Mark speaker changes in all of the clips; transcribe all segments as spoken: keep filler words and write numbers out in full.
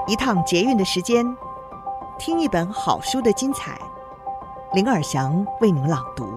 Speaker 1: 一趟捷运的时间，听一本好书的精彩。林尔祥为您朗读。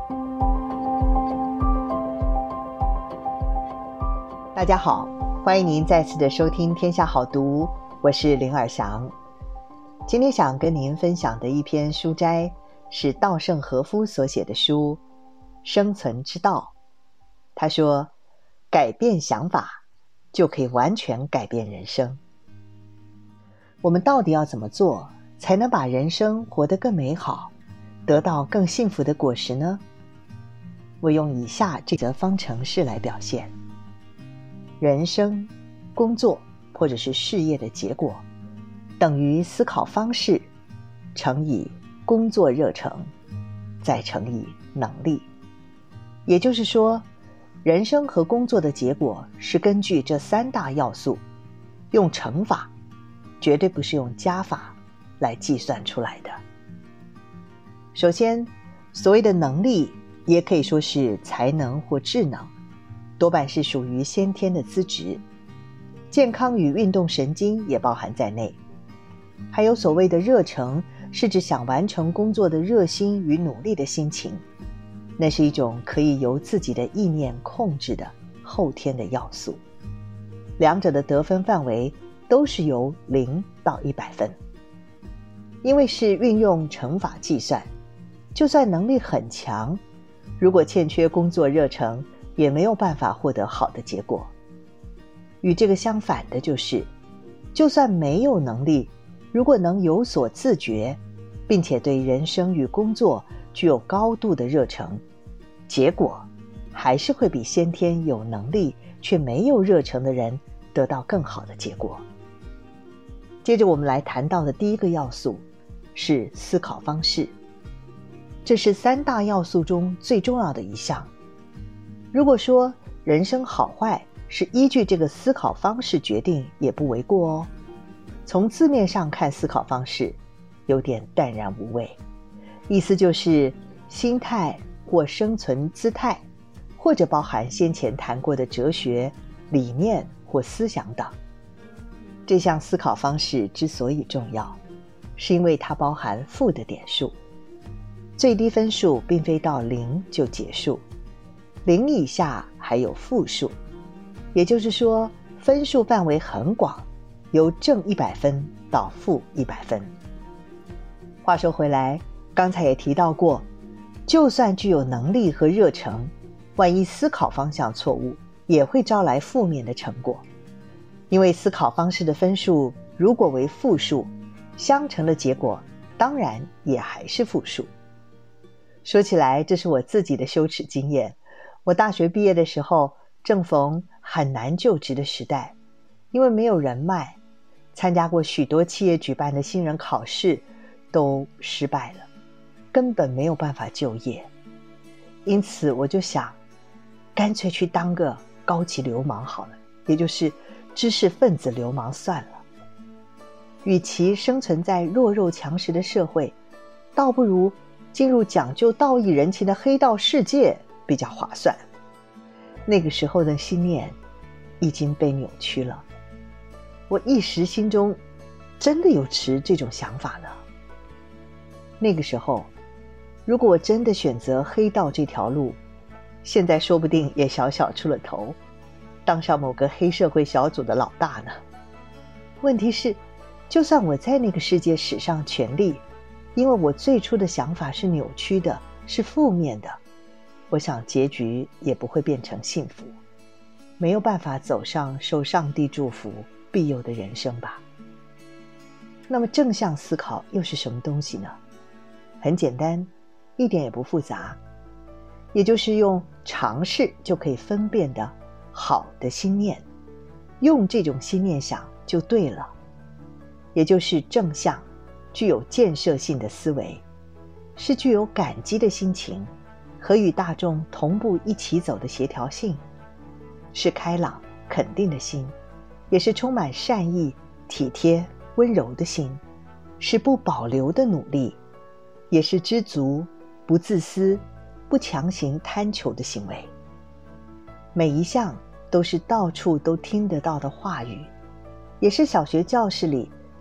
Speaker 1: 大家好，欢迎您再次的收听《天下好读》，我是林尔祥。今天想跟您分享的一篇书摘是稻盛和夫所写的书《生存之道》。他说，改变想法就可以完全改变人生。我们到底要怎么做才能把人生活得更美好，得到更幸福的果实呢？我用以下这则方程式来表现：人生、工作或者是事业的结果等于思考方式乘以工作热忱再乘以能力。也就是说，人生和工作的结果是根据这三大要素，用乘法，绝对不是用加法来计算出来的。首先，所谓的能力也可以说是才能或智能，多半是属于先天的资质，健康与运动神经也包含在内。还有所谓的热诚，是指想完成工作的热心与努力的心情，那是一种可以由自己的意念控制的后天的要素。两者的得分范围都是由零到一百分。因为是运用乘法计算，就算能力很强，如果欠缺工作热忱，也没有办法获得好的结果。与这个相反的就是，就算没有能力，如果能有所自觉，并且对人生与工作具有高度的热忱，结果还是会比先天有能力却没有热忱的人得到更好的结果。接着我们来谈到的第一个要素是思考方式，这是三大要素中最重要的一项。如果说人生好坏是依据这个思考方式决定，也不为过哦。从字面上看，思考方式有点淡然无味，意思就是心态或生存姿态，或者包含先前谈过的哲学、理念或思想等。这项思考方式之所以重要，是因为它包含负的点数，最低分数并非到零就结束，零以下还有负数，也就是说分数范围很广，由正一百分到负一百分。话说回来，刚才也提到过，就算具有能力和热忱，万一思考方向错误，也会招来负面的成果。因为思考方式的分数如果为负数，相乘的结果当然也还是负数。说起来，这是我自己的羞耻经验。我大学毕业的时候，正逢很难就职的时代，因为没有人脉，参加过许多企业举办的新人考试都失败了，根本没有办法就业。因此我就想，干脆去当个高级流氓好了，也就是知识分子流氓算了。与其生存在弱肉强食的社会，倒不如进入讲究道义人情的黑道世界比较划算。那个时候的信念已经被扭曲了，我一时心中真的有持这种想法呢。那个时候，如果我真的选择黑道这条路，现在说不定也小小出了头，当上某个黑社会小组的老大呢。问题是，就算我在那个世界使上全力，因为我最初的想法是扭曲的，是负面的，我想结局也不会变成幸福，没有办法走上受上帝祝福庇佑的人生吧。那么正向思考又是什么东西呢？很简单，一点也不复杂，也就是用尝试就可以分辨的好的心念，用这种心念想就对了，也就是正向，具有建设性的思维，是具有感激的心情和与大众同步一起走的协调性，是开朗肯定的心，也是充满善意、体贴、温柔的心，是不保留的努力，也是知足、不自私、不强行贪求的行为。每一项都是到处都听得到的话语，也是小学教室里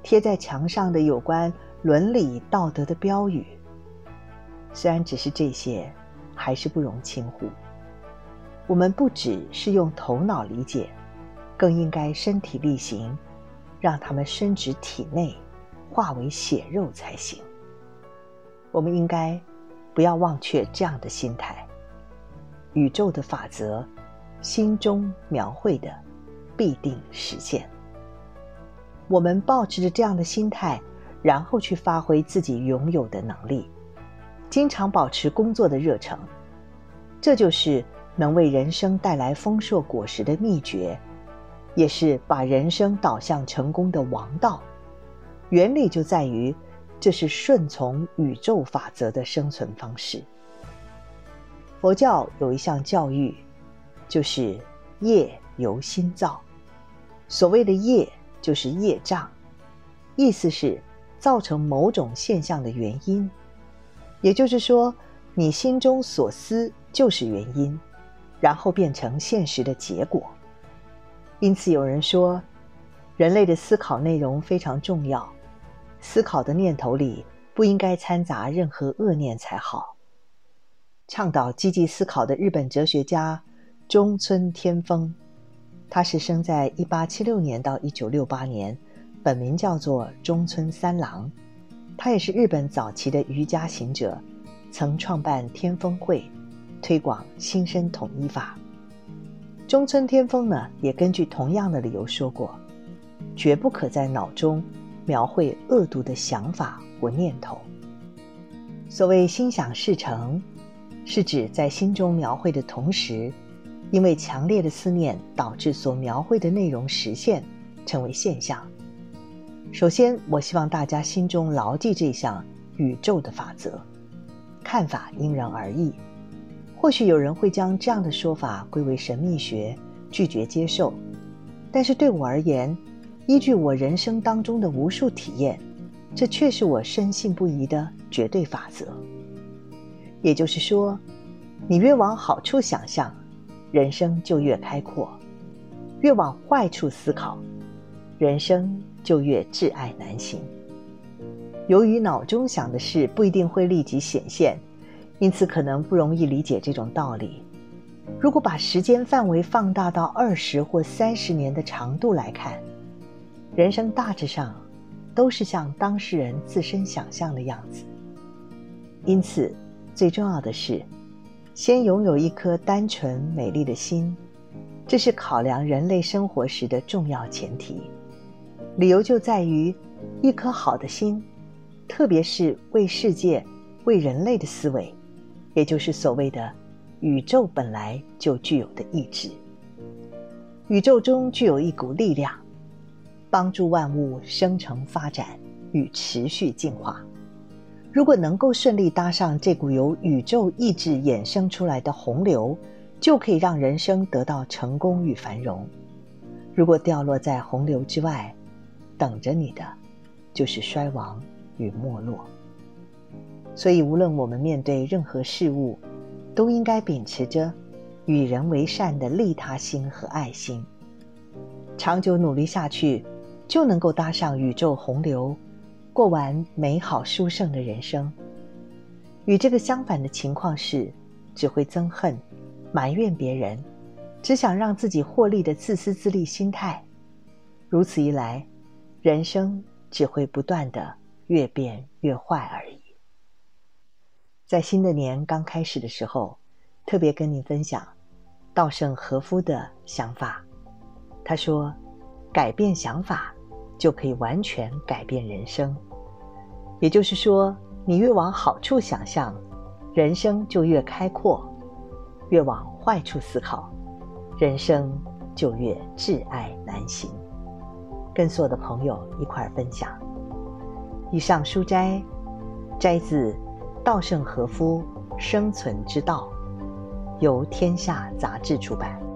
Speaker 1: 贴在墙上的有关伦理道德的标语。虽然只是这些，还是不容轻忽。我们不只是用头脑理解，更应该身体力行，让它们深植体内，化为血肉才行。我们应该不要忘却这样的心态：宇宙的法则，心中描绘的必定实现。我们抱持着这样的心态，然后去发挥自己拥有的能力，经常保持工作的热忱，这就是能为人生带来丰硕果实的秘诀，也是把人生导向成功的王道。原理就在于，这是顺从宇宙法则的生存方式。佛教有一项教育，就是业由心造。所谓的业，就是业障，意思是造成某种现象的原因。也就是说，你心中所思就是原因，然后变成现实的结果。因此有人说，人类的思考内容非常重要，思考的念头里不应该掺杂任何恶念才好。倡导积极思考的日本哲学家中村天丰，他是生在一八七六年到一九六八年，本名叫做中村三郎。他也是日本早期的瑜伽行者，曾创办天风会，推广心身统一法。中村天丰呢，也根据同样的理由说过，绝不可在脑中描绘恶毒的想法或念头。所谓心想事成，是指在心中描绘的同时，因为强烈的思念导致所描绘的内容实现，成为现象。首先，我希望大家心中牢记这项宇宙的法则，看法因人而异。或许有人会将这样的说法归为神秘学，拒绝接受。但是对我而言，依据我人生当中的无数体验，这却是我深信不疑的绝对法则。也就是说，你越往好处想象，人生就越开阔；越往坏处思考，人生就越挚爱难行。由于脑中想的事不一定会立即显现，因此可能不容易理解这种道理。如果把时间范围放大到二十或三十年的长度来看，人生大致上都是像当事人自身想象的样子。因此，最重要的是，先拥有一颗单纯美丽的心，这是考量人类生活时的重要前提。理由就在于，一颗好的心，特别是为世界、为人类的思维，也就是所谓的宇宙本来就具有的意志。宇宙中具有一股力量，帮助万物生成发展与持续进化。如果能够顺利搭上这股由宇宙意志衍生出来的洪流，就可以让人生得到成功与繁荣。如果掉落在洪流之外，等着你的就是衰亡与没落。所以无论我们面对任何事物，都应该秉持着与人为善的利他心和爱心。长久努力下去，就能够搭上宇宙洪流，过完美好殊胜的人生。与这个相反的情况是，只会憎恨、埋怨别人，只想让自己获利的自私自利心态。如此一来，人生只会不断的越变越坏而已。在新的年刚开始的时候，特别跟您分享稻盛和夫的想法。他说，改变想法就可以完全改变人生。也就是说，你越往好处想象，人生就越开阔；越往坏处思考，人生就越挚爱难行。跟所有的朋友一块分享。以上书摘摘自稻盛和夫《生存之道》，由天下杂志出版。